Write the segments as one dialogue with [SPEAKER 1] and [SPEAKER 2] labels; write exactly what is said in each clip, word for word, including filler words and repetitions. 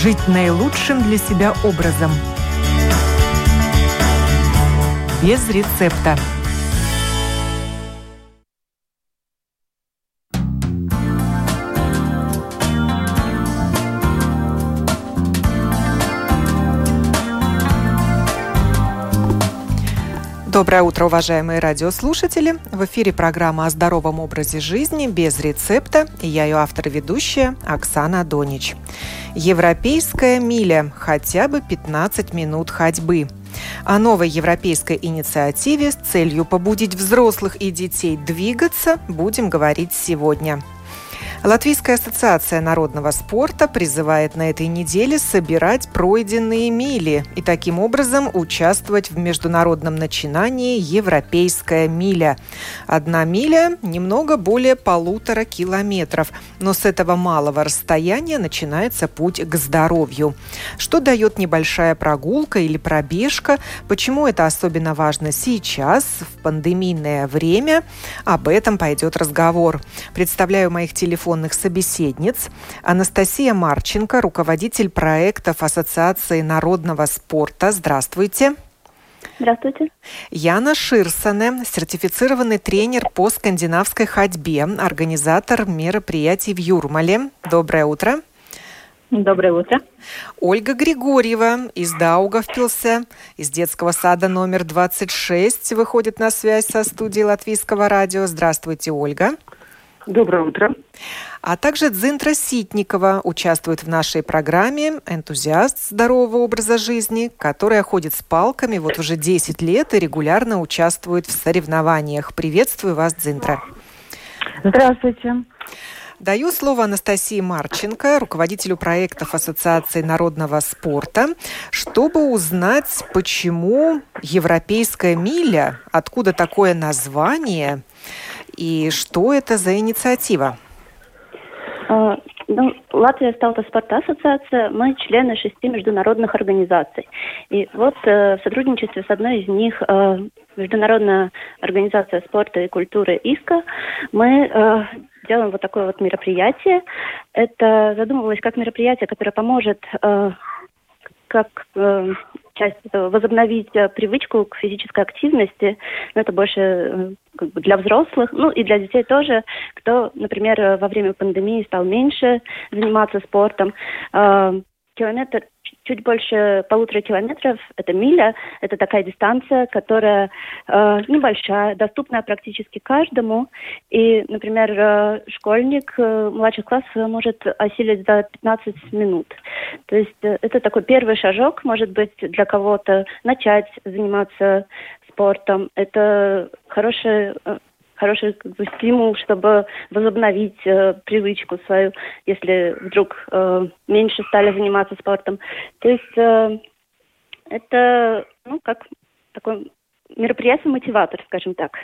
[SPEAKER 1] Жить наилучшим для себя образом. Без рецепта. Доброе утро, уважаемые радиослушатели! В эфире программа о здоровом образе жизни без рецепта. И я ее автор и ведущая Оксана Донич. Европейская миля. Хотя бы пятнадцать минут ходьбы. О новой европейской инициативе с целью побудить взрослых и детей двигаться будем говорить сегодня. Латвийская ассоциация народного спорта призывает на этой неделе собирать пройденные мили и таким образом участвовать в международном начинании «Европейская миля». Одна миля – немного более полутора километров, но с этого малого расстояния начинается путь к здоровью. Что дает небольшая прогулка или пробежка? Почему это особенно важно сейчас, в пандемийное время? Об этом пойдет разговор. Представляю моих телефонов собеседниц. Анастасия Марченко, руководитель проектов Ассоциации народного спорта. Здравствуйте.
[SPEAKER 2] Здравствуйте.
[SPEAKER 1] Яна Ширсане, сертифицированный тренер по скандинавской ходьбе, организатор мероприятий в Юрмале. Доброе утро.
[SPEAKER 2] Доброе утро.
[SPEAKER 1] Ольга Григорьева из Даугавпилса, из детского сада номер двадцать шесть, выходит на связь со студией Латвийского радио. Здравствуйте, Ольга.
[SPEAKER 3] Доброе утро.
[SPEAKER 1] А также Дзинтра Ситникова участвует в нашей программе, энтузиаст здорового образа жизни, которая ходит с палками вот уже десять лет и регулярно участвует в соревнованиях. Приветствую вас, Дзинтра.
[SPEAKER 3] Здравствуйте.
[SPEAKER 1] Даю слово Анастасии Марченко, руководителю проектов Ассоциации народного спорта, чтобы узнать, почему Европейская миля, откуда такое название и что это за инициатива.
[SPEAKER 2] Uh, ну, Латвия Таутоспорта ассоциация, мы члены шести международных организаций. И вот uh, в сотрудничестве с одной из них, uh, Международная организация спорта и культуры ИСКА, мы uh, делаем вот такое вот мероприятие. Это задумывалось как мероприятие, которое поможет uh, как uh, часть этого, возобновить uh, привычку к физической активности. Но это больше uh, как бы для взрослых, ну и для детей тоже, кто, например, во время пандемии стал меньше заниматься спортом. Uh, километр, чуть больше полутора километров, это миля, это такая дистанция, которая э, небольшая, доступная практически каждому. И, например, э, школьник э, младших классов может осилить за пятнадцать минут. То есть э, это такой первый шажок, может быть, для кого-то начать заниматься спортом. Это хороший, э, хороший как бы, стимул, чтобы возобновить э, привычку свою, если вдруг э, меньше стали заниматься спортом. То есть э, это, ну, как такое мероприятие-мотиватор, скажем так.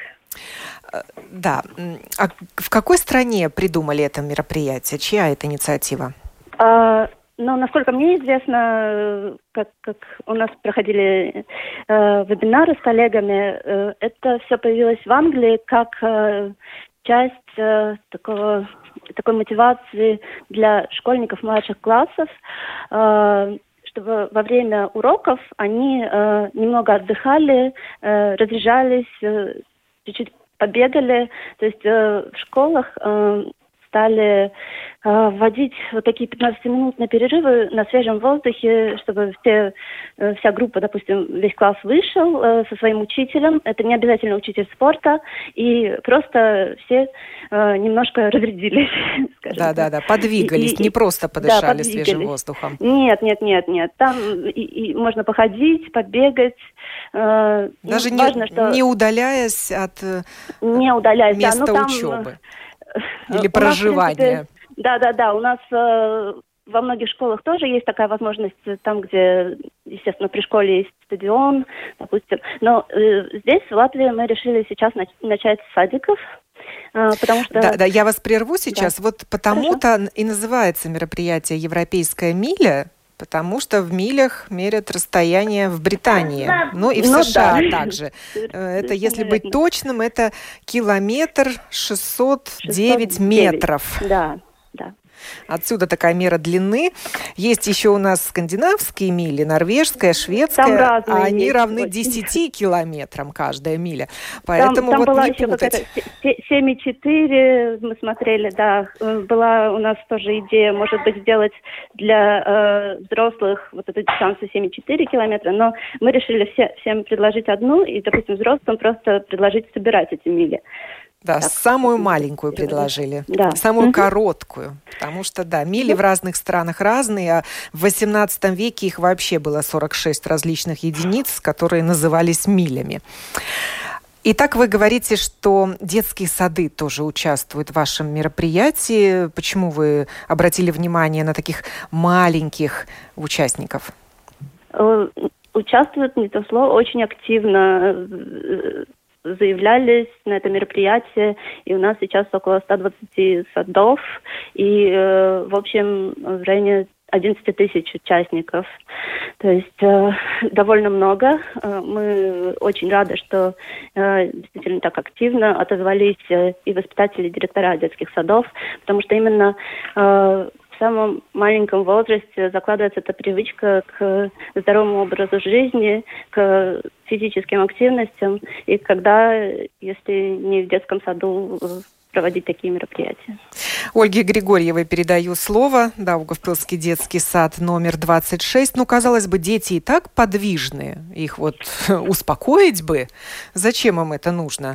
[SPEAKER 1] Да. А в какой стране придумали это мероприятие? Чья это инициатива?
[SPEAKER 2] А, ну, насколько мне известно, как, как у нас проходили э, вебинары с коллегами, э, это все появилось в Англии как э, часть э, такого, такой мотивации для школьников младших классов, э, чтобы во время уроков они э, немного отдыхали, э, разряжались, э, чуть-чуть побегали. То есть э, в школах э, стали э, вводить вот такие пятнадцатиминутные перерывы на свежем воздухе, чтобы все, э, вся группа, допустим, весь класс вышел э, со своим учителем. Это не обязательно учитель спорта. И просто все э, немножко разрядились.
[SPEAKER 1] Да, да, да, подвигались, и, не просто подышали да, свежим воздухом.
[SPEAKER 2] Нет, нет, нет, нет. Там и, и можно походить, побегать. Э,
[SPEAKER 1] Даже
[SPEAKER 2] важно,
[SPEAKER 1] не,
[SPEAKER 2] что...
[SPEAKER 1] не удаляясь от
[SPEAKER 2] не удаляясь,
[SPEAKER 1] места
[SPEAKER 2] да, ну, там...
[SPEAKER 1] учебы. Или проживание.
[SPEAKER 2] Да, да, да. У нас э, во многих школах тоже есть такая возможность, там, где, естественно, при школе есть стадион, допустим. Но э, здесь, в Латвии, мы решили сейчас нач- начать с садиков. Э, потому что...
[SPEAKER 1] Да, да, я вас прерву сейчас.
[SPEAKER 2] Да.
[SPEAKER 1] Вот потому-то Хорошо. И называется мероприятие «Европейская миля», потому что в милях мерят расстояние в Британии, ну и в ну, США да. также. Это, если быть точным, это километр шестьсот девять метров.
[SPEAKER 2] Да, да.
[SPEAKER 1] Отсюда такая мера длины. Есть еще у нас скандинавские мили, норвежская, шведская. А они
[SPEAKER 2] есть,
[SPEAKER 1] равны
[SPEAKER 2] очень.
[SPEAKER 1] десяти километрам каждая миля. Поэтому
[SPEAKER 2] там, там
[SPEAKER 1] вот
[SPEAKER 2] была
[SPEAKER 1] не
[SPEAKER 2] еще
[SPEAKER 1] путать.
[SPEAKER 2] семь и четыре мы смотрели, да. Была у нас тоже идея, может быть, сделать для э, взрослых вот эту дистанцию семь и четыре километра, но мы решили все, всем предложить одну, и, допустим, взрослым просто предложить собирать эти мили.
[SPEAKER 1] Да,
[SPEAKER 2] Так,
[SPEAKER 1] самую маленькую предложили,
[SPEAKER 2] да.
[SPEAKER 1] самую
[SPEAKER 2] Угу.
[SPEAKER 1] короткую, потому что, да, мили в разных странах разные, а в восемнадцатом веке их вообще было сорок шесть различных единиц, которые назывались милями. Итак, вы говорите, что детские сады тоже участвуют в вашем мероприятии. Почему вы обратили внимание на таких маленьких участников?
[SPEAKER 2] Участвуют, не то слово, очень активно заявлялись на это мероприятие, и у нас сейчас около ста двадцати садов, и, э, в общем, в районе одиннадцати тысяч участников. То есть э, довольно много. Э, мы очень рады, что э, действительно так активно отозвались э, и воспитатели, и директора детских садов, потому что именно э, в самом маленьком возрасте закладывается эта привычка к здоровому образу жизни, к физическим активностям, и когда, если не в детском саду, проводить такие мероприятия.
[SPEAKER 1] Ольге Григорьевой передаю слово. Даугавпилский детский сад номер двадцать шесть. Ну, казалось бы, дети и так подвижные. Их вот успокоить бы. Зачем им это нужно?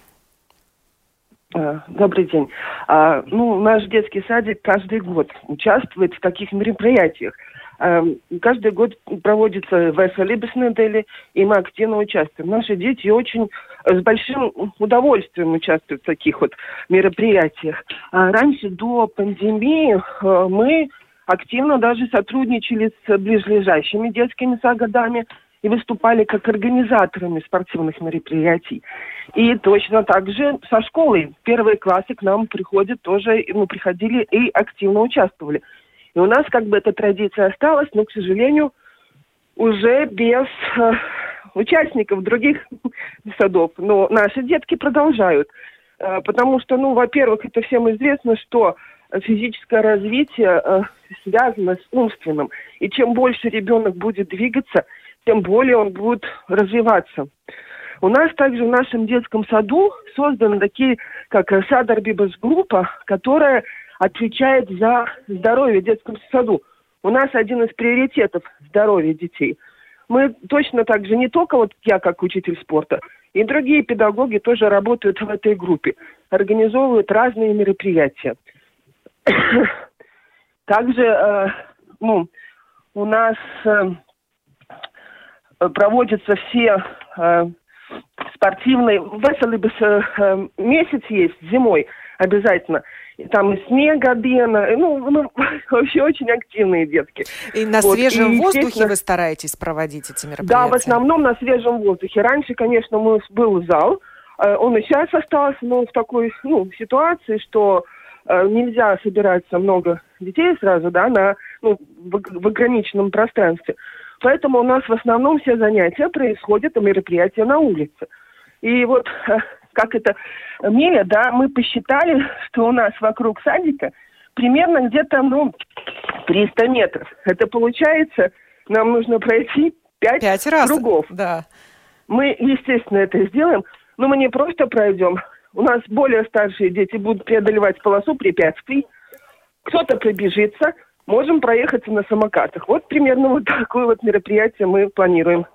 [SPEAKER 3] Добрый день. А, ну, наш детский садик каждый год участвует в таких мероприятиях. А, каждый год проводится веселибеснедели, и мы активно участвуем. Наши дети очень с большим удовольствием участвуют в таких вот мероприятиях. А раньше, до пандемии, мы активно даже сотрудничали с ближайшими детскими садами и выступали как организаторами спортивных мероприятий. И точно так же со школой. Первые классы к нам приходят тоже, мы приходили и активно участвовали. И у нас как бы эта традиция осталась, но, к сожалению, уже без э, участников других садов. Но наши детки продолжают. Э, потому что, ну, во-первых, это всем известно, что физическое развитие э, связано с умственным. И чем больше ребенок будет двигаться, тем более он будет развиваться. У нас также в нашем детском саду созданы такие, как Садарбибас-группа, которая отвечает за здоровье в детском саду. У нас один из приоритетов – здоровье детей. Мы точно так же, не только вот я как учитель спорта, и другие педагоги тоже работают в этой группе, организовывают разные мероприятия. Также э, ну, у нас э, проводятся все э, спортивные, веселый э, месяц есть зимой обязательно. И там и снегобена, ну, ну, вообще очень активные детки.
[SPEAKER 1] И на
[SPEAKER 3] вот.
[SPEAKER 1] свежем
[SPEAKER 3] и,
[SPEAKER 1] воздухе вы стараетесь проводить эти мероприятия?
[SPEAKER 3] Да, в основном на свежем воздухе. Раньше, конечно, мы, был зал, э, он и сейчас остался, но в такой, ну, ситуации, что э, нельзя собираться много детей сразу, да, на, ну, в, в ограниченном пространстве. Поэтому у нас в основном все занятия происходят, мероприятия на улице. И вот, э, как это, миля, да, мы посчитали, что у нас вокруг садика примерно где-то, ну, триста метров. Это получается, нам нужно пройти пять,
[SPEAKER 1] пять раз,
[SPEAKER 3] кругов.
[SPEAKER 1] Да.
[SPEAKER 3] Мы, естественно, это сделаем, но мы не просто пройдем. У нас более старшие дети будут преодолевать полосу препятствий. Кто-то пробежится, можем проехаться на самокатах. Вот примерно вот такое вот мероприятие мы планируем.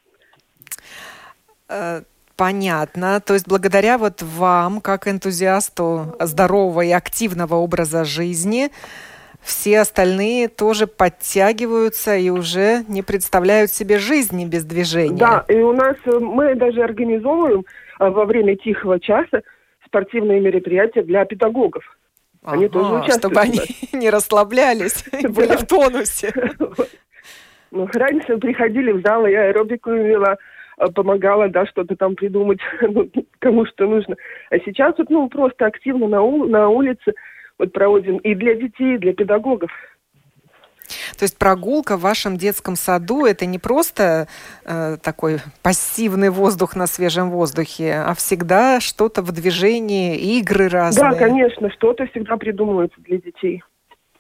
[SPEAKER 1] Понятно. То есть благодаря вот вам, как энтузиасту здорового и активного образа жизни, все остальные тоже подтягиваются и уже не представляют себе жизни без движения.
[SPEAKER 3] Да, и у нас мы даже организовываем во время тихого часа спортивные мероприятия для педагогов. Они
[SPEAKER 1] ага,
[SPEAKER 3] тоже участвуют.
[SPEAKER 1] Чтобы они не расслаблялись, были в тонусе.
[SPEAKER 3] Ну, раньше приходили в зал, я аэробику вела, помогала, да, что-то там придумать, ну, кому что нужно. А сейчас вот, ну, просто активно на, у, на улице вот проводим и для детей, и для педагогов.
[SPEAKER 1] То есть прогулка в вашем детском саду – это не просто э, такой пассивный воздух на свежем воздухе, а всегда что-то в движении, игры разные.
[SPEAKER 3] Да, конечно, что-то всегда придумывается для детей.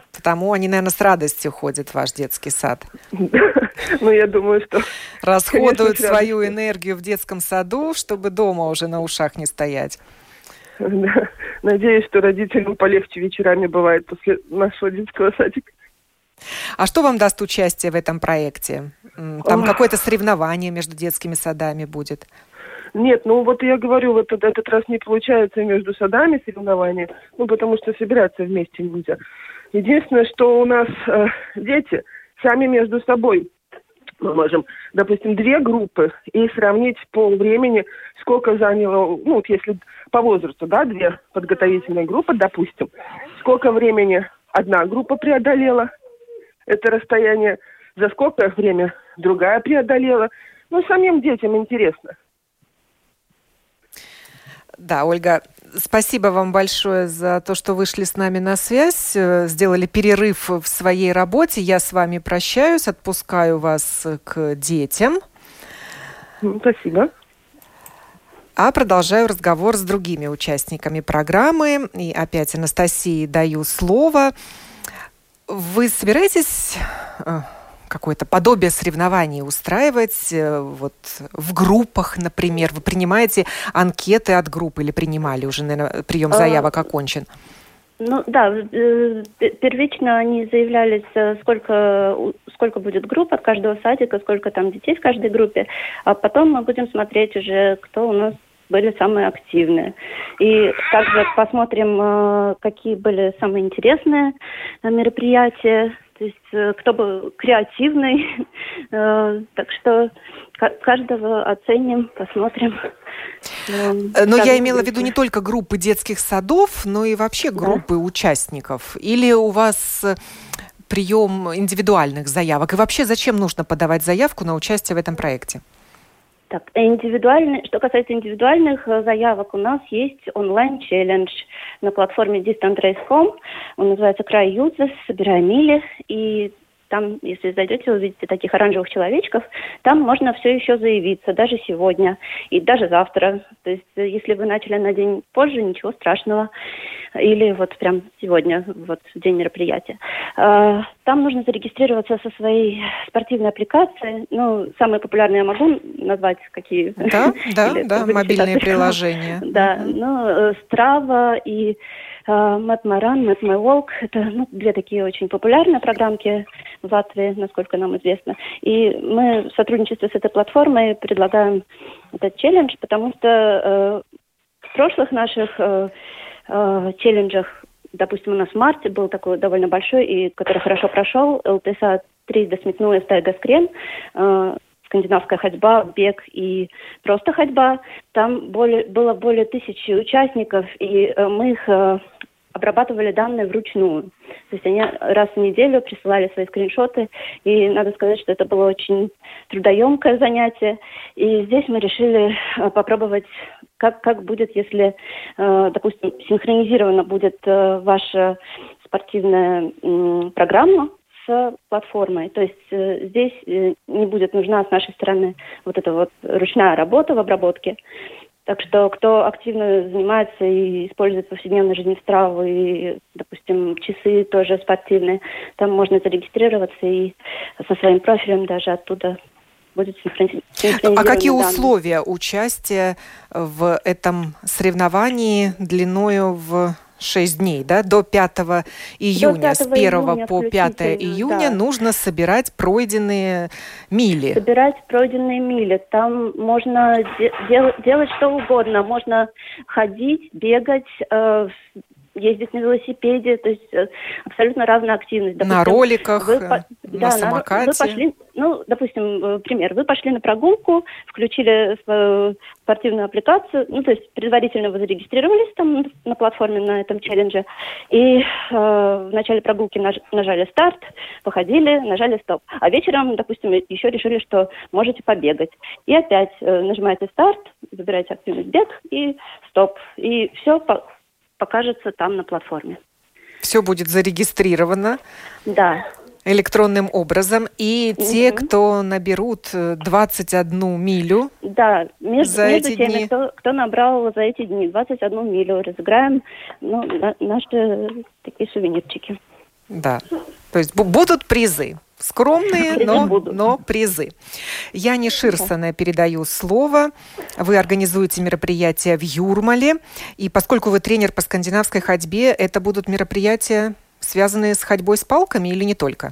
[SPEAKER 1] Потому они, наверное, с радостью ходят в ваш детский сад.
[SPEAKER 3] Ну, я думаю, что...
[SPEAKER 1] Расходуют свою энергию в детском саду, чтобы дома уже на ушах не стоять.
[SPEAKER 3] Да. Надеюсь, что родителям полегче вечерами бывает после нашего детского садика.
[SPEAKER 1] А что вам даст участие в этом проекте? Там Ох. какое-то соревнование между детскими садами будет?
[SPEAKER 3] Нет, ну вот я говорю, вот этот, этот раз не получается между садами соревнования, ну потому что собираться вместе нельзя. Единственное, что у нас э, дети сами между собой. Мы можем, допустим, две группы и сравнить по времени, сколько заняло, ну вот если по возрасту, да, две подготовительные группы, допустим, сколько времени одна группа преодолела это расстояние, за сколько время другая преодолела. Ну, самим детям интересно.
[SPEAKER 1] Да, Ольга, спасибо вам большое за то, что вышли с нами на связь, сделали перерыв в своей работе. Я с вами прощаюсь, отпускаю вас к детям.
[SPEAKER 3] Спасибо.
[SPEAKER 1] А продолжаю разговор с другими участниками программы. И опять Анастасии даю слово. Вы собираетесь какое-то подобие соревнований устраивать вот в группах, например? Вы принимаете анкеты от групп или принимали уже, наверное, прием заявок окончен?
[SPEAKER 2] Ну да, первично они заявлялись, сколько, сколько будет групп от каждого садика, сколько там детей в каждой группе, а потом мы будем смотреть уже, кто у нас были самые активные. И также посмотрим, какие были самые интересные мероприятия, то есть кто был креативный. Так что каждого оценим, посмотрим.
[SPEAKER 1] Но я имела в виду не только группы детских садов, но и вообще группы да. участников. Или у вас прием индивидуальных заявок? И вообще зачем нужно подавать заявку на участие в этом проекте?
[SPEAKER 2] Так, индивидуальный, что касается индивидуальных заявок, у нас есть онлайн-челлендж на платформе Distant Race точка ком. Он называется «Край Юзес. Собирай мили». И там, если зайдете, увидите таких оранжевых человечков, там можно все еще заявиться, даже сегодня и даже завтра. То есть, если вы начали на день позже, ничего страшного. Или вот прям сегодня, вот в день мероприятия. Там нужно зарегистрироваться со своей спортивной аппликацией. Ну, самые популярные я могу назвать, какие.
[SPEAKER 1] Да, да, да, мобильные приложения.
[SPEAKER 2] Да, ну, Strava и Map My Run, Map My Walk. Это ну, две такие очень популярные программки в Латвии, насколько нам известно. И мы в сотрудничестве с этой платформой предлагаем этот челлендж, потому что э, в прошлых наших э, э, челленджах, допустим, у нас в марте был такой довольно большой, и который хорошо прошел, ЛТСА три досметнула Стайгаскрен, э, скандинавская ходьба, бег и просто ходьба. Там более, было более тысячи участников, и э, мы их э, обрабатывали данные вручную. То есть они раз в неделю присылали свои скриншоты, и надо сказать, что это было очень трудоемкое занятие. И здесь мы решили э, попробовать, как, как будет, если, э, допустим, синхронизирована будет э, ваша спортивная э, программа с платформой. То есть э, здесь э, не будет нужна с нашей стороны вот эта вот ручная работа в обработке. Так что кто активно занимается и использует в повседневной жизни Страву и, допустим, часы тоже спортивные, там можно зарегистрироваться и со своим профилем даже оттуда будет синхронизировано.
[SPEAKER 1] А какие условия участия в этом соревновании длиною в шесть дней, да, до пятого июня, с первого по пятое июня да. нужно собирать пройденные мили.
[SPEAKER 2] Собирать пройденные мили. Там можно де- дел- делать что угодно. Можно ходить, бегать, э, ездить на велосипеде, то есть э, абсолютно разная активность. Допустим,
[SPEAKER 1] на роликах,
[SPEAKER 2] вы,
[SPEAKER 1] на
[SPEAKER 2] да,
[SPEAKER 1] самокате.
[SPEAKER 2] Вы пошли, ну, допустим, пример. Вы пошли на прогулку, включили свою спортивную аппликацию, ну, то есть предварительно вы зарегистрировались там на платформе, на этом челлендже, и э, в начале прогулки наж- нажали старт, походили, нажали стоп. А вечером, допустим, еще решили, что можете побегать. И опять э, нажимаете старт, выбираете активность бег и стоп. И все по- покажется там на платформе.
[SPEAKER 1] Все будет зарегистрировано.
[SPEAKER 2] Да.
[SPEAKER 1] Электронным образом. И угу. те, кто наберут двадцать одну милю
[SPEAKER 2] да, между,
[SPEAKER 1] за
[SPEAKER 2] между
[SPEAKER 1] эти
[SPEAKER 2] теми,
[SPEAKER 1] дни.
[SPEAKER 2] Кто, кто набрал за эти дни двадцать одну милю, разыграем ну, на, наши такие сувенирчики.
[SPEAKER 1] Да, то есть будут призы. Скромные, но, но призы. Яне Ширсоне передаю слово. Вы организуете мероприятия в Юрмале. И поскольку вы тренер по скандинавской ходьбе, это будут мероприятия, связанные с ходьбой с палками или не только?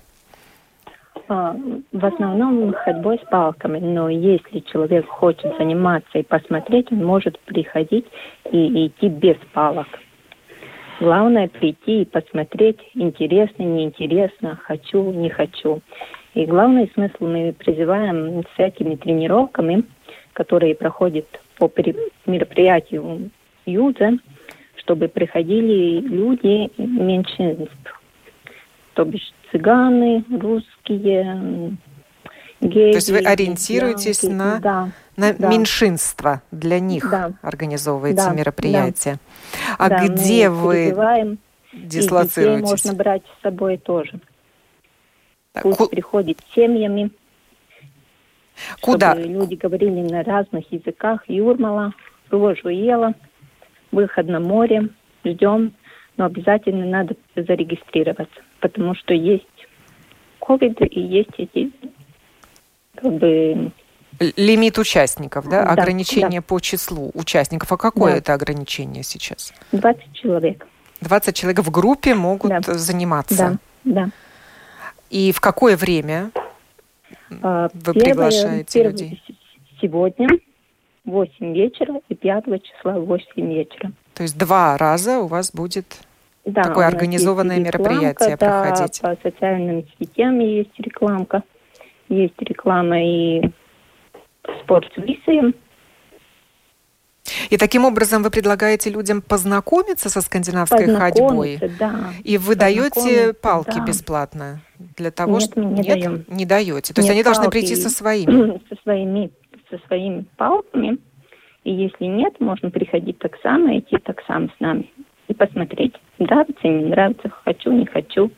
[SPEAKER 4] В основном ходьбой с палками. Но если человек хочет заниматься и посмотреть, он может приходить и идти без палок. Главное прийти и посмотреть, интересно, неинтересно, хочу, не хочу. И главный смысл мы призываем всякими тренировками, которые проходят по мероприятию Юза, чтобы приходили люди меньшинств, то бишь цыганы, русские, геи.
[SPEAKER 1] То есть вы ориентируетесь янки, на, да, на да. меньшинство, для них да. организовываете да, мероприятия. Да. А да, где вы дислоцируетесь? И детей можно брать с собой тоже. Так, Пусть ку... приходят семьями.
[SPEAKER 4] Куда? Чтобы люди говорили на разных языках. Юрмала, Руожуела, выход на море. Ждем. Но обязательно надо зарегистрироваться. Потому что есть ковид и есть эти как бы...
[SPEAKER 1] Лимит участников, да?
[SPEAKER 4] да
[SPEAKER 1] Ограничение
[SPEAKER 4] да.
[SPEAKER 1] по числу участников. А какое
[SPEAKER 4] да.
[SPEAKER 1] это ограничение сейчас?
[SPEAKER 4] двадцать человек.
[SPEAKER 1] двадцать человек в группе могут да. заниматься?
[SPEAKER 4] Да, да.
[SPEAKER 1] И в какое время а, вы первое, приглашаете первое, людей?
[SPEAKER 4] Сегодня в восемь вечера и пятого числа в восемь вечера.
[SPEAKER 1] То есть два раза у вас будет
[SPEAKER 4] да,
[SPEAKER 1] такое организованное мероприятие
[SPEAKER 4] да,
[SPEAKER 1] проходить?
[SPEAKER 4] По социальным сетям есть рекламка. Есть реклама и спорт с висом.
[SPEAKER 1] И таким образом вы предлагаете людям познакомиться со скандинавской ходьбой?
[SPEAKER 4] Да.
[SPEAKER 1] И вы даете палки да. бесплатно? Для того,
[SPEAKER 4] Нет,
[SPEAKER 1] что...
[SPEAKER 4] мы не
[SPEAKER 1] Нет,
[SPEAKER 4] даем.
[SPEAKER 1] Не даете? То
[SPEAKER 4] Нет,
[SPEAKER 1] есть они
[SPEAKER 4] палки...
[SPEAKER 1] должны прийти со своими?
[SPEAKER 4] Со своими, со своими палками. И если нет, можно приходить так само, идти так само с нами. И посмотреть, нравится, не нравится, хочу, не хочу.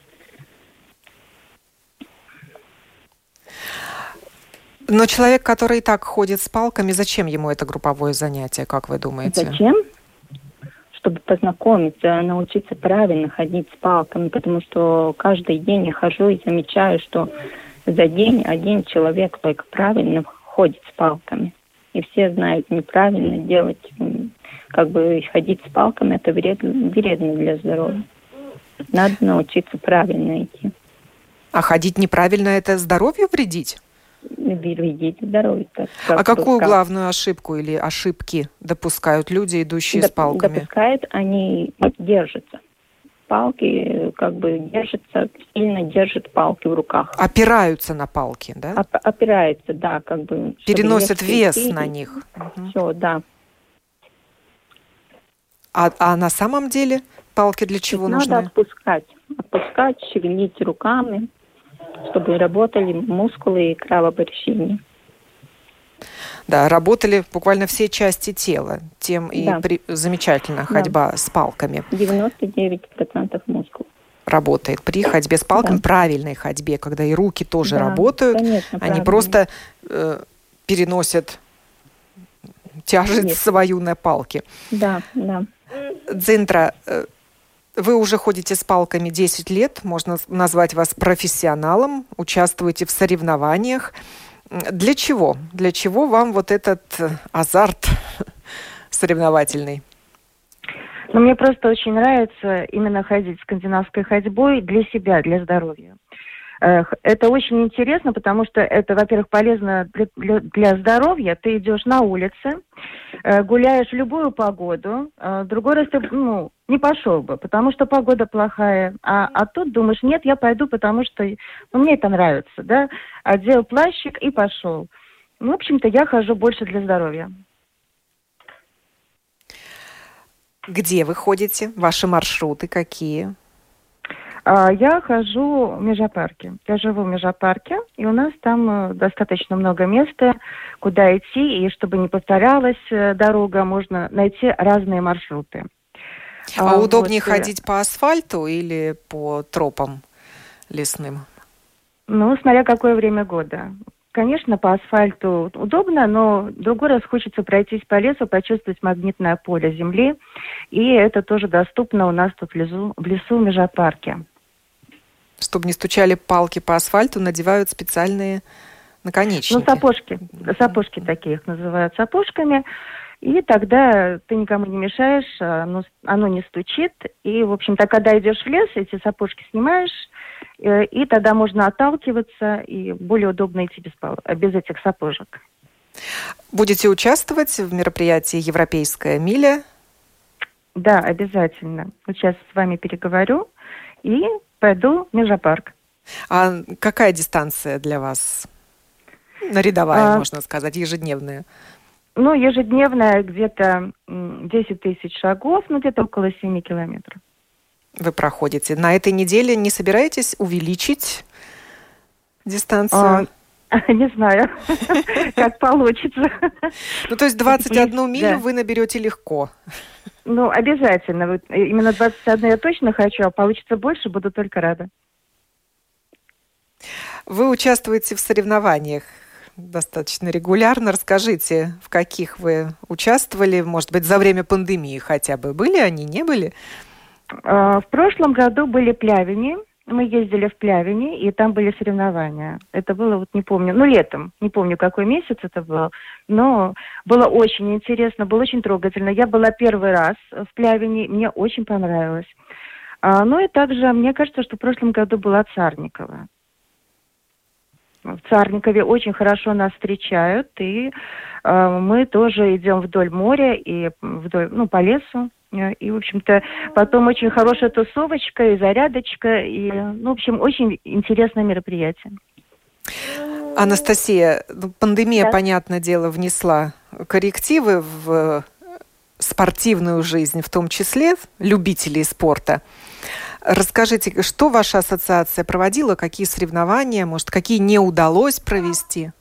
[SPEAKER 1] Но человек, который и так ходит с палками, зачем ему это групповое занятие, как вы думаете?
[SPEAKER 4] Зачем? Чтобы познакомиться, научиться правильно ходить с палками, потому что каждый день я хожу и замечаю, что за день один человек только правильно ходит с палками. И все знают, неправильно делать, как бы ходить с палками, это вредно, вредно для здоровья. Надо научиться правильно идти.
[SPEAKER 1] А ходить неправильно – это здоровью вредить?
[SPEAKER 4] Вредить здоровью. Как,
[SPEAKER 1] а какую сказал. главную ошибку или ошибки допускают люди, идущие Доп- с палками?
[SPEAKER 4] Допускают, они держатся. Палки как бы держатся, сильно держат палки в руках.
[SPEAKER 1] Опираются на палки, да?
[SPEAKER 4] Оп- опираются, да, как бы.
[SPEAKER 1] Переносят вес идти, на них.
[SPEAKER 4] Все, да.
[SPEAKER 1] А, а на самом деле палки для чего
[SPEAKER 4] Надо
[SPEAKER 1] нужны?
[SPEAKER 4] Надо отпускать. Отпускать, шевелить руками, чтобы работали мускулы и кровообращение.
[SPEAKER 1] Да, работали буквально все части тела. Тем и
[SPEAKER 4] да.
[SPEAKER 1] при... замечательно ходьба да. с палками.
[SPEAKER 4] девяносто девять процентов мускулов.
[SPEAKER 1] Работает при ходьбе с палками, да. правильной ходьбе, когда и руки тоже да, работают.
[SPEAKER 4] Конечно,
[SPEAKER 1] они
[SPEAKER 4] правильно.
[SPEAKER 1] просто э, переносят тяжесть Нет. свою на палке.
[SPEAKER 4] Да, да.
[SPEAKER 1] Дзинтра, э, вы уже ходите с палками десять лет, можно назвать вас профессионалом, участвуете в соревнованиях. Для чего? Для чего вам вот этот азарт соревновательный?
[SPEAKER 5] Ну, мне просто очень нравится именно ходить скандинавской ходьбой для себя, для здоровья. Это очень интересно, потому что это, во-первых, полезно для, для, для здоровья. Ты идешь на улице, гуляешь в любую погоду. Другой раз ты ну, не пошел бы, потому что погода плохая. А, а тут думаешь, нет, я пойду, потому что ну, мне это нравится. Да? Одел плащик и пошел. Ну, в общем-то, я хожу больше для здоровья.
[SPEAKER 1] Где вы ходите? Ваши маршруты какие?
[SPEAKER 5] Я хожу в Межапарке. Я живу в Межапарке, и у нас там достаточно много места, куда идти, и чтобы не повторялась дорога, можно найти разные маршруты.
[SPEAKER 1] А, а удобнее вот, ходить по асфальту или по тропам лесным?
[SPEAKER 5] Ну, смотря какое время года. Конечно, по асфальту удобно, но другой раз хочется пройтись по лесу, почувствовать магнитное поле земли, и это тоже доступно у нас тут в лесу, в лесу в Межапарке.
[SPEAKER 1] чтобы не стучали палки по асфальту, надевают специальные наконечники.
[SPEAKER 5] Ну, сапожки. Сапожки такие их называют сапожками. И тогда ты никому не мешаешь, оно, оно не стучит. И, в общем-то, когда идешь в лес, эти сапожки снимаешь, и тогда можно отталкиваться, и более удобно идти без, без этих сапожек.
[SPEAKER 1] Будете участвовать в мероприятии «Европейская миля»?
[SPEAKER 5] Да, обязательно. Вот сейчас с вами переговорю и пойду в Межапарк.
[SPEAKER 1] А какая дистанция для вас? Рядовая,
[SPEAKER 5] а,
[SPEAKER 1] можно сказать, ежедневная.
[SPEAKER 5] Ну, ежедневная где-то десять тысяч шагов, ну, где-то около семи километров.
[SPEAKER 1] Вы проходите. На этой неделе не собираетесь увеличить дистанцию?
[SPEAKER 5] А, не знаю, как получится.
[SPEAKER 1] Ну, то есть двадцать одну милю вы наберете легко?
[SPEAKER 5] Ну, обязательно. Именно двадцать одну я точно хочу, а получится больше, буду только рада.
[SPEAKER 1] Вы участвуете в соревнованиях достаточно регулярно. Расскажите, в каких вы участвовали, может быть, за время пандемии хотя бы. Были они, не были?
[SPEAKER 5] В прошлом году были Плявени. Мы ездили в Плявени, и там были соревнования. Это было, вот не помню, ну, летом. Не помню, какой месяц это был. Но было очень интересно, было очень трогательно. Я была первый раз в Плявени, мне очень понравилось. А, ну и также, мне кажется, что в прошлом году была Царникова. В Царникове очень хорошо нас встречают, и э, мы тоже идем вдоль моря и вдоль, ну, по лесу. И, в общем-то, потом очень хорошая тусовочка и зарядочка, и, ну, в общем, очень интересное мероприятие.
[SPEAKER 1] Анастасия, пандемия,
[SPEAKER 2] да.
[SPEAKER 1] понятное дело, внесла коррективы в спортивную жизнь, в том числе любителей спорта. Расскажите, что ваша ассоциация проводила, какие соревнования, может, какие не удалось провести?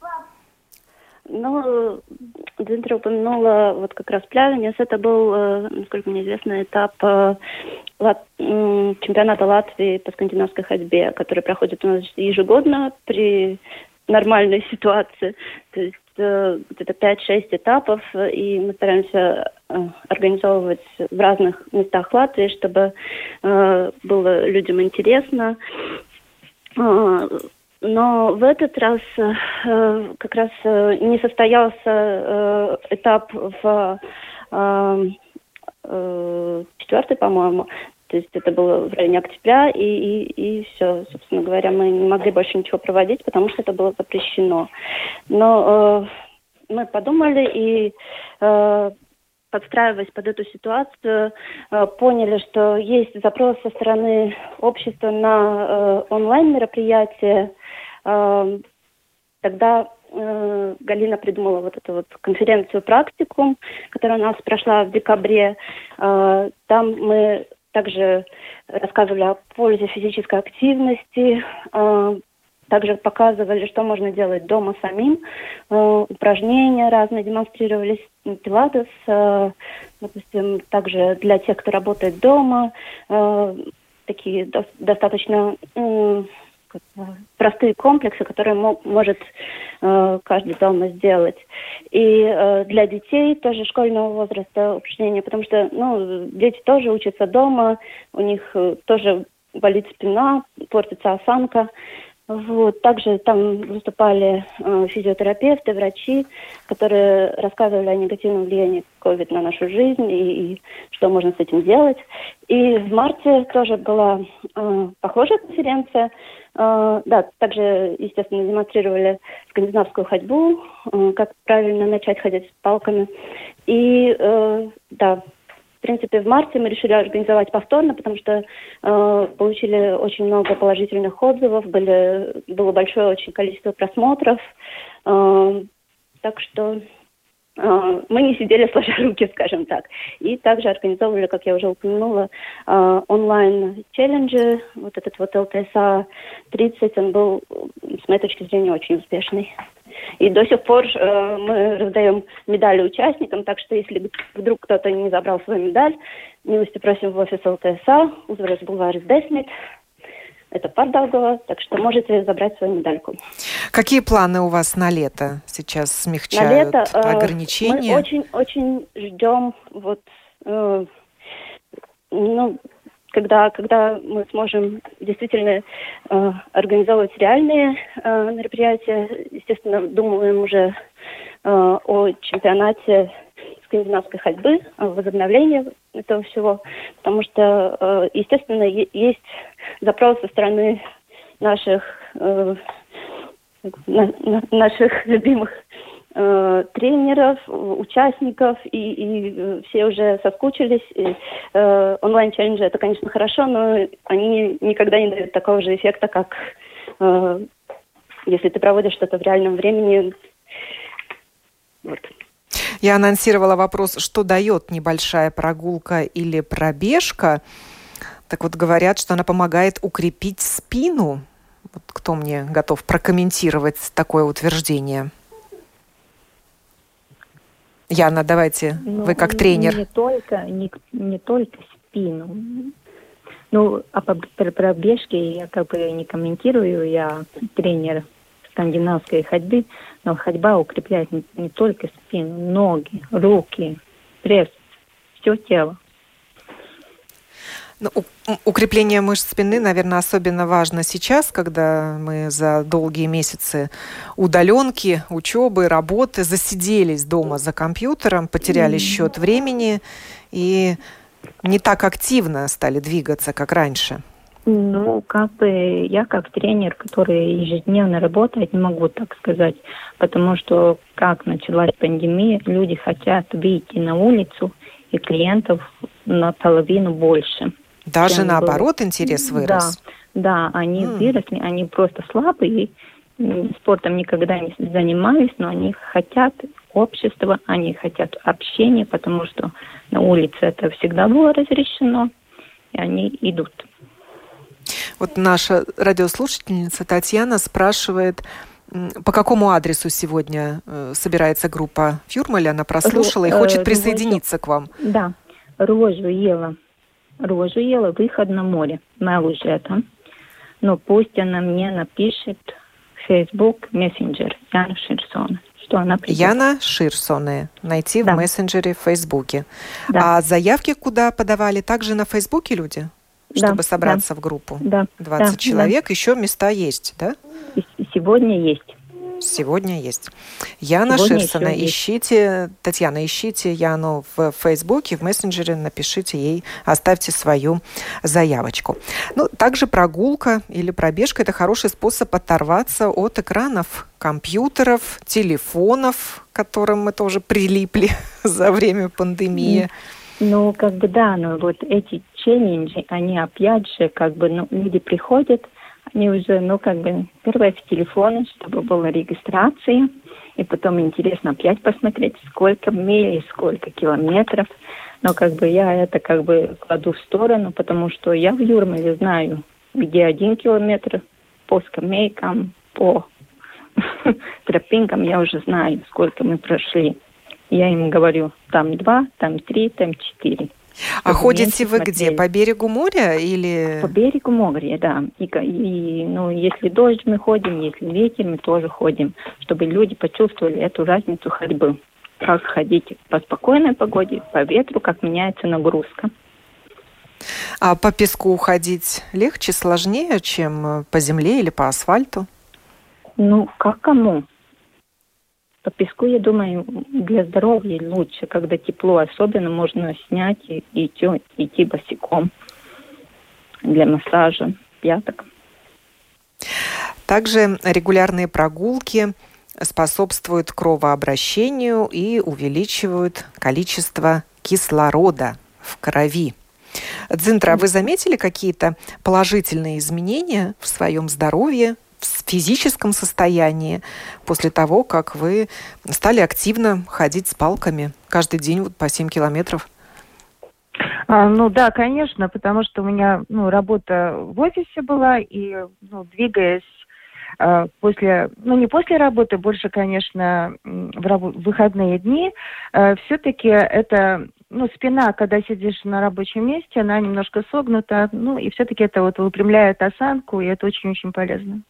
[SPEAKER 2] Ну, Дмитрий упомянула вот как раз Плявенец. Это был, насколько мне известно, этап лат... чемпионата Латвии по скандинавской ходьбе, который проходит у нас ежегодно при нормальной ситуации. То есть это пять-шесть этапов, и мы стараемся организовывать в разных местах Латвии, чтобы было людям интересно. Но в этот раз э, как раз э, не состоялся э, этап в э, э, четвертый, по-моему. То есть это было в районе октября, и, и, и все. Собственно говоря, мы не могли больше ничего проводить, потому что это было запрещено. Но э, мы подумали и, э, подстраиваясь под эту ситуацию, э, поняли, что есть запрос со стороны общества на э, онлайн-мероприятия. Э, тогда э, Галина придумала вот эту вот конференцию «Практикум», которая у нас прошла в декабре. Э, там мы также рассказывали о пользе физической активности, э, также показывали, что можно делать дома самим. Э, упражнения разные демонстрировались, пилатес, э, допустим, также для тех, кто работает дома. Э, такие до- достаточно э, простые комплексы, которые мо- может э, каждый дома сделать. И э, для детей тоже школьного возраста упражнения, потому что ну, дети тоже учатся дома, у них э, тоже болит спина, портится осанка. Вот. Также там выступали э, физиотерапевты, врачи, которые рассказывали о негативном влиянии ковид на нашу жизнь и, и что можно с этим делать. И в марте тоже была э, похожая конференция. Э, да, также, естественно, демонстрировали скандинавскую ходьбу, э, как правильно начать ходить с палками. И, э, да, в принципе, в марте мы решили организовать повторно, потому что э, получили очень много положительных отзывов, были, было большое очень количество просмотров. Э, так что э, мы не сидели сложа руки, скажем так. И также организовывали, как я уже упомянула, э, онлайн-челленджи. Вот этот вот эл тэ эс а тридцать, он был, с моей точки зрения, очень успешный. И до сих пор э, мы раздаем медали участникам, так что если вдруг кто-то не забрал свою медаль, милости просим в офис эл тэ эс а, Uzvaras Bulvāris десмит, это Pārdaugava, так что можете забрать свою медальку.
[SPEAKER 1] Какие планы у вас на лето? Сейчас смягчают
[SPEAKER 2] на лето, э,
[SPEAKER 1] ограничения?
[SPEAKER 2] Мы очень-очень ждем, вот, э, ну, когда, когда мы сможем действительно э, организовывать реальные э, мероприятия, естественно, думаем уже э, о чемпионате скандинавской ходьбы, о возобновлении этого всего, потому что, э, естественно, е- есть запрос со стороны наших, э, на, на, наших любимых э, тренеров, участников, и, и все уже соскучились. И, э, онлайн-челленджи — это, конечно, хорошо, но они никогда не дают такого же эффекта, как э, если ты проводишь что-то в реальном времени. Вот.
[SPEAKER 1] Я анонсировала вопрос, что дает небольшая прогулка или пробежка. Так вот, говорят, что она помогает укрепить спину. Вот кто мне готов прокомментировать такое утверждение? Яна, давайте,
[SPEAKER 4] ну,
[SPEAKER 1] вы как
[SPEAKER 4] не,
[SPEAKER 1] тренер.
[SPEAKER 4] Не только, не, не только спину. Ну, а по пробежке я как бы не комментирую, я тренер скандинавской ходьбы, но ходьба укрепляет не, не только спину, ноги, руки, пресс, все тело.
[SPEAKER 1] Ну, укрепление мышц спины, наверное, особенно важно сейчас, когда мы за долгие месяцы удаленки, учебы, работы засиделись дома за компьютером, потеряли счет времени и не так активно стали двигаться, как раньше.
[SPEAKER 4] Ну, как бы я как тренер, который ежедневно работает, не могу так сказать, потому что как началась пандемия, люди хотят выйти на улицу, и клиентов наполовину больше.
[SPEAKER 1] Даже наоборот было. Интерес вырос?
[SPEAKER 4] Да, да, они mm. выросли, они просто слабые, спортом никогда не занимались, но они хотят общества, они хотят общения, потому что на улице это всегда было разрешено, и они идут.
[SPEAKER 1] Вот наша радиослушательница Татьяна спрашивает, по какому адресу сегодня э, собирается группа в Юрмале? Она прослушала Ру, и хочет э, присоединиться
[SPEAKER 4] Ружу,
[SPEAKER 1] к вам.
[SPEAKER 4] Да, Рожуела. Рожуела, выход на море. Мы уже там. Но пусть она мне напишет в Facebook Messenger Яна Ширсона. Что она придет.
[SPEAKER 1] Яна Ширсоне. Найти да. в мессенджере в Фейсбуке.
[SPEAKER 4] Да.
[SPEAKER 1] А заявки куда подавали? Также на Фейсбуке люди? Чтобы да, собраться да. в группу?
[SPEAKER 4] Да.
[SPEAKER 1] двадцать
[SPEAKER 4] да,
[SPEAKER 1] человек.
[SPEAKER 4] Да.
[SPEAKER 1] Еще места есть, да?
[SPEAKER 4] Сегодня есть.
[SPEAKER 1] Сегодня есть. Яна
[SPEAKER 4] Сегодня
[SPEAKER 1] Ширсона, ищите, Татьяна, ищите Яну в Фейсбуке, в мессенджере, напишите ей, оставьте свою заявочку. Ну, также прогулка или пробежка – это хороший способ оторваться от экранов компьютеров, телефонов, к которым мы тоже прилипли за время пандемии.
[SPEAKER 4] Ну, как бы да, но вот эти челленджи, они опять же, как бы, ну, люди приходят, они уже, ну, как бы, первое в телефоне, чтобы была регистрация, и потом интересно опять посмотреть, сколько миль, сколько километров. Но, как бы, я это, как бы, кладу в сторону, потому что я в Юрмале знаю, где один километр, по скамейкам, по тропинкам я уже знаю, сколько мы прошли. Я им говорю, там два, там три, там четыре.
[SPEAKER 1] А ходите вы смотрели. Где? По берегу моря или...
[SPEAKER 4] По берегу моря, да. И, и, ну, если дождь, мы ходим, если ветер, мы тоже ходим, чтобы люди почувствовали эту разницу ходьбы. Как ходить по спокойной погоде, по ветру, как меняется нагрузка.
[SPEAKER 1] А по песку ходить легче, сложнее, чем по земле или по асфальту?
[SPEAKER 4] Ну, как кому? По песку, я думаю, для здоровья лучше, когда тепло, особенно можно снять и идти, идти босиком для массажа пяток.
[SPEAKER 1] Также регулярные прогулки способствуют кровообращению и увеличивают количество кислорода в крови. Дзинтра, вы заметили какие-то положительные изменения в своем здоровье, в физическом состоянии после того, как вы стали активно ходить с палками каждый день вот по семь километров?
[SPEAKER 5] А, ну да, конечно, потому что у меня ну, работа в офисе была, и ну, двигаясь э, после, ну не после работы, больше, конечно, в, раб- в выходные дни, э, все-таки это, ну, спина, когда сидишь на рабочем месте, она немножко согнута, ну и все-таки это вот выпрямляет осанку, и это очень-очень полезно.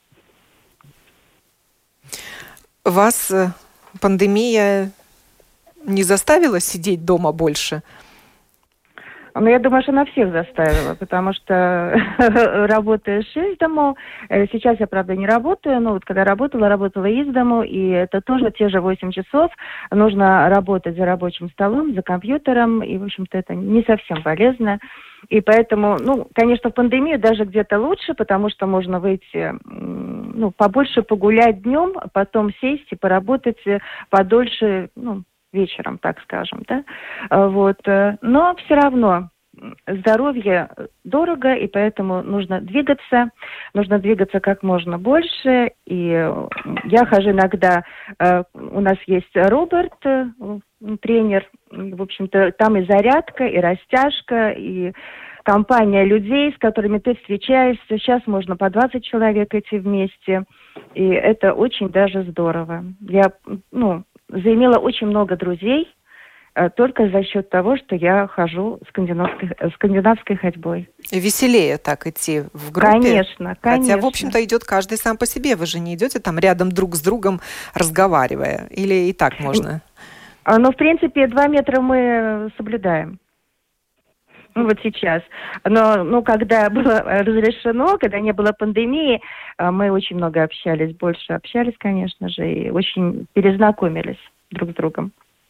[SPEAKER 1] Вас пандемия не заставила сидеть дома больше?
[SPEAKER 5] Ну, я думаю, что она всех заставила, потому что работаешь из дому. Сейчас я, правда, не работаю, но вот когда работала, работала из дому, и это тоже те же восемь часов. Нужно работать за рабочим столом, за компьютером, и, в общем-то, это не совсем полезно. И поэтому, ну, конечно, в пандемию даже где-то лучше, потому что можно выйти, ну, побольше погулять днем, а потом сесть и поработать подольше, ну, вечером, так скажем, да, вот, но все равно здоровье дорого, и поэтому нужно двигаться, нужно двигаться как можно больше, и я хожу иногда, у нас есть Роберт, тренер, в общем-то, там и зарядка, и растяжка, и компания людей, с которыми ты встречаешься, сейчас можно по двадцать человек идти вместе, и это очень даже здорово. Я, ну, заимела очень много друзей э, только за счет того, что я хожу скандинавской, скандинавской ходьбой.
[SPEAKER 1] И веселее так идти в группе.
[SPEAKER 5] Конечно, конечно.
[SPEAKER 1] Хотя, в общем-то, идет каждый сам по себе. Вы же не идете там рядом друг с другом, разговаривая. Или и так можно?
[SPEAKER 5] Ну, в принципе, два метра мы соблюдаем. Ну, вот сейчас. Но, ну, когда было разрешено, когда не было пандемии, мы очень много общались, больше общались, конечно же, и очень перезнакомились друг с другом.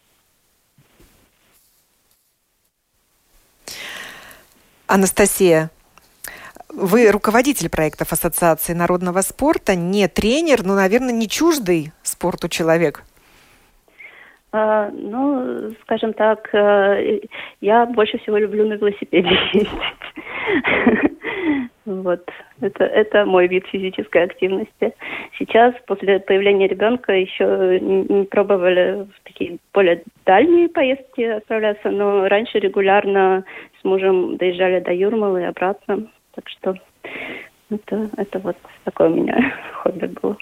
[SPEAKER 1] Анастасия, вы руководитель проектов Ассоциации народного спорта, не тренер, но, наверное, не чуждый спорту человек.
[SPEAKER 2] А, ну, скажем так, я больше всего люблю на велосипеде ездить. Вот. Это, это мой вид физической активности. Сейчас, после появления ребенка, еще не пробовали в такие более дальние поездки отправляться, но раньше регулярно с мужем доезжали до Юрмалы и обратно. Так что это, это вот такое у меня хобби было.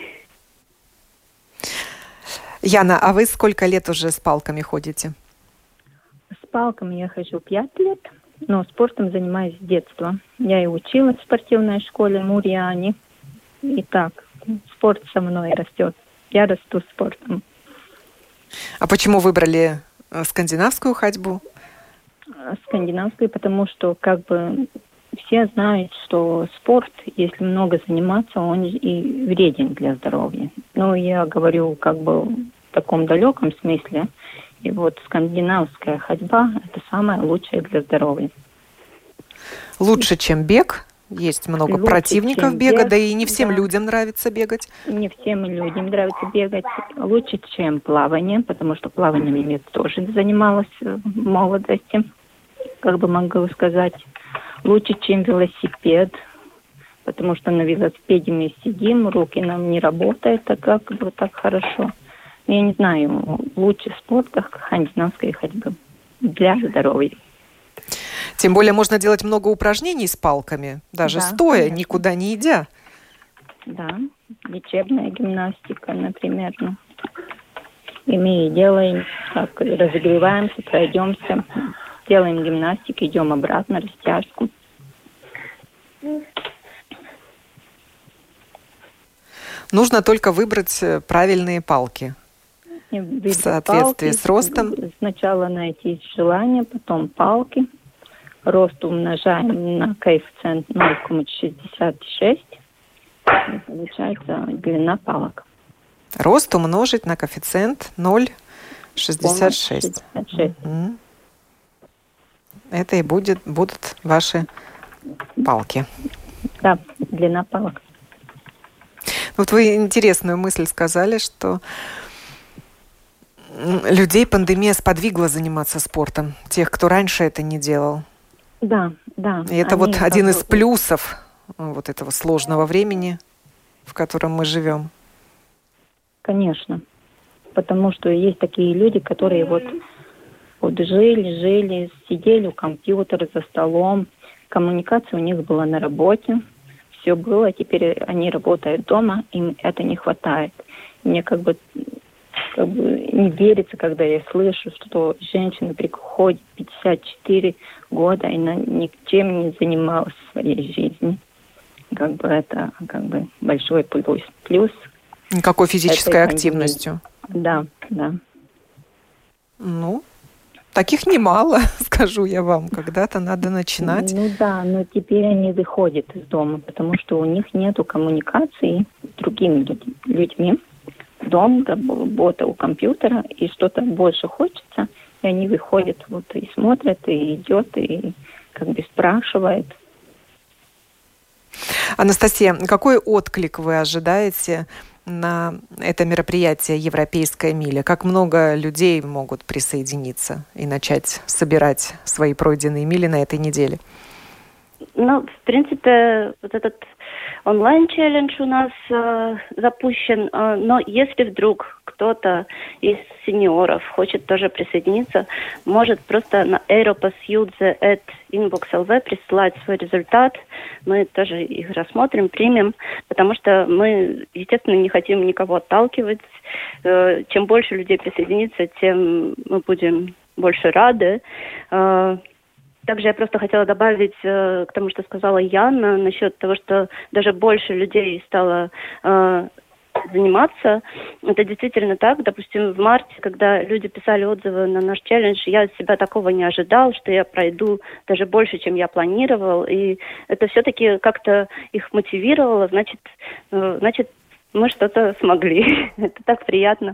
[SPEAKER 1] Яна, а вы сколько лет уже с палками ходите?
[SPEAKER 4] С палками я хожу пять лет, но спортом занимаюсь с детства. Я и училась в спортивной школе Мурьяне. И так, спорт со мной растет. Я расту спортом.
[SPEAKER 1] А почему выбрали скандинавскую ходьбу?
[SPEAKER 4] Скандинавскую, потому что как бы все знают, что спорт, если много заниматься, он и вреден для здоровья. Ну, я говорю как бы в таком далеком смысле. И вот скандинавская ходьба – это самое лучшее для здоровья.
[SPEAKER 1] Лучше, чем бег? Есть много
[SPEAKER 4] Лучше,
[SPEAKER 1] противников бега,
[SPEAKER 4] бег,
[SPEAKER 1] да и не всем
[SPEAKER 4] да.
[SPEAKER 1] людям нравится бегать.
[SPEAKER 4] Не всем людям нравится бегать. Лучше, чем плавание, потому что плаванием я тоже занималась в молодости, как бы могу сказать. Лучше, чем велосипед, потому что на велосипеде мы сидим, руки нам не работают, так как бы так хорошо. Я не знаю, лучше спорт, как скандинавская ходьба для здоровья.
[SPEAKER 1] Тем более можно делать много упражнений с палками, даже
[SPEAKER 4] да,
[SPEAKER 1] стоя,
[SPEAKER 4] конечно.
[SPEAKER 1] никуда не идя.
[SPEAKER 4] Да, лечебная гимнастика, например. Ну. И мы делаем, как разогреваемся, пройдемся, делаем гимнастику, идем обратно, растяжку.
[SPEAKER 1] Нужно только выбрать правильные палки.
[SPEAKER 4] В
[SPEAKER 1] соответствии
[SPEAKER 4] палки,
[SPEAKER 1] с ростом.
[SPEAKER 4] Сначала найти желание, потом палки. Рост умножаем на коэффициент ноль целых шестьдесят шесть. И получается длина палок.
[SPEAKER 1] Рост умножить на коэффициент ноль целых шестьдесят шесть. Угу. Это и будет, будут ваши палки.
[SPEAKER 4] Да, длина палок.
[SPEAKER 1] Вот вы интересную мысль сказали, что людей пандемия сподвигла заниматься спортом, тех, кто раньше это не делал.
[SPEAKER 4] Да, да.
[SPEAKER 1] И это вот один из плюсов вот этого сложного времени, в котором мы живем.
[SPEAKER 4] Конечно. Потому что есть такие люди, которые вот, вот жили, жили, сидели у компьютера за столом. Коммуникация у них была на работе. Все было, теперь они работают дома, им это не хватает. Мне как бы, как бы не верится, когда я слышу, что женщина приходит пятьдесят четыре года, и она ничем не занималась в своей жизни. Как бы это как бы большой плюс. плюс
[SPEAKER 1] Никакой физической активностью.
[SPEAKER 4] Да, да.
[SPEAKER 1] Ну, таких немало, скажу я вам. Когда-то надо начинать.
[SPEAKER 4] Ну да, но теперь они выходят из дома, потому что у них нету коммуникации с другими людьми. Дом, работа у компьютера, и что-то больше хочется, и они выходят вот и смотрят, и идет, и как бы спрашивает.
[SPEAKER 1] Анастасия, какой отклик вы ожидаете на это мероприятие «Европейская миля»? Как много людей могут присоединиться и начать собирать свои пройденные мили на этой неделе?
[SPEAKER 2] Ну, в принципе, вот этот онлайн-челлендж у нас э, запущен, э, но если вдруг кто-то из сеньоров хочет тоже присоединиться, может просто на eiropasjūdze at inbox точка эл ви присылать свой результат. Мы тоже их рассмотрим, примем, потому что мы, естественно, не хотим никого отталкивать. Э, чем больше людей присоединится, тем мы будем больше рады. Э, Также я просто хотела добавить э, к тому, что сказала Яна, насчет того, что даже больше людей стало э, заниматься. Это действительно так. Допустим, в марте, когда люди писали отзывы на наш челлендж, я от себя такого не ожидал, что я пройду даже больше, чем я планировал. И это все-таки как-то их мотивировало. Значит, э, значит мы что-то смогли. Это так приятно.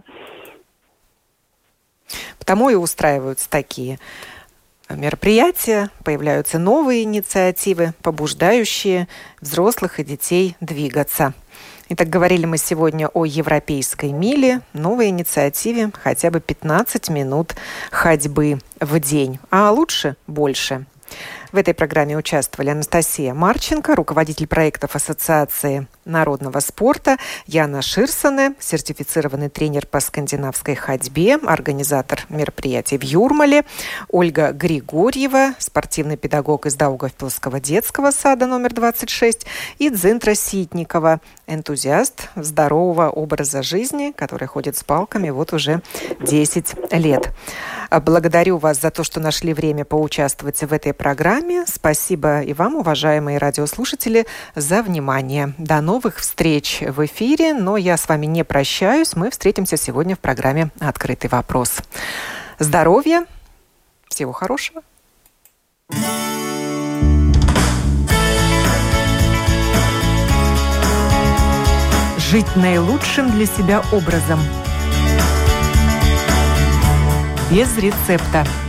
[SPEAKER 1] Потому и устраиваются такие мероприятия, появляются новые инициативы, побуждающие взрослых и детей двигаться. Итак, говорили мы сегодня о Европейской миле, новой инициативе хотя бы пятнадцать минут ходьбы в день, а лучше больше. В этой программе участвовали Анастасия Марченко, руководитель проектов Ассоциации народного спорта, Яна Ширсоне, сертифицированный тренер по скандинавской ходьбе, организатор мероприятий в Юрмале, Ольга Григорьева, спортивный педагог из Даугавпилского детского сада номер двадцать шесть, и Дзинтра Ситникова, энтузиаст здорового образа жизни, который ходит с палками вот уже десять лет. Благодарю вас за то, что нашли время поучаствовать в этой программе. Спасибо и вам, уважаемые радиослушатели, за внимание. До новых встреч в эфире, но я с вами не прощаюсь. Мы встретимся сегодня в программе «Открытый вопрос». Здоровья, всего хорошего. Жить наилучшим для себя образом. Без рецепта.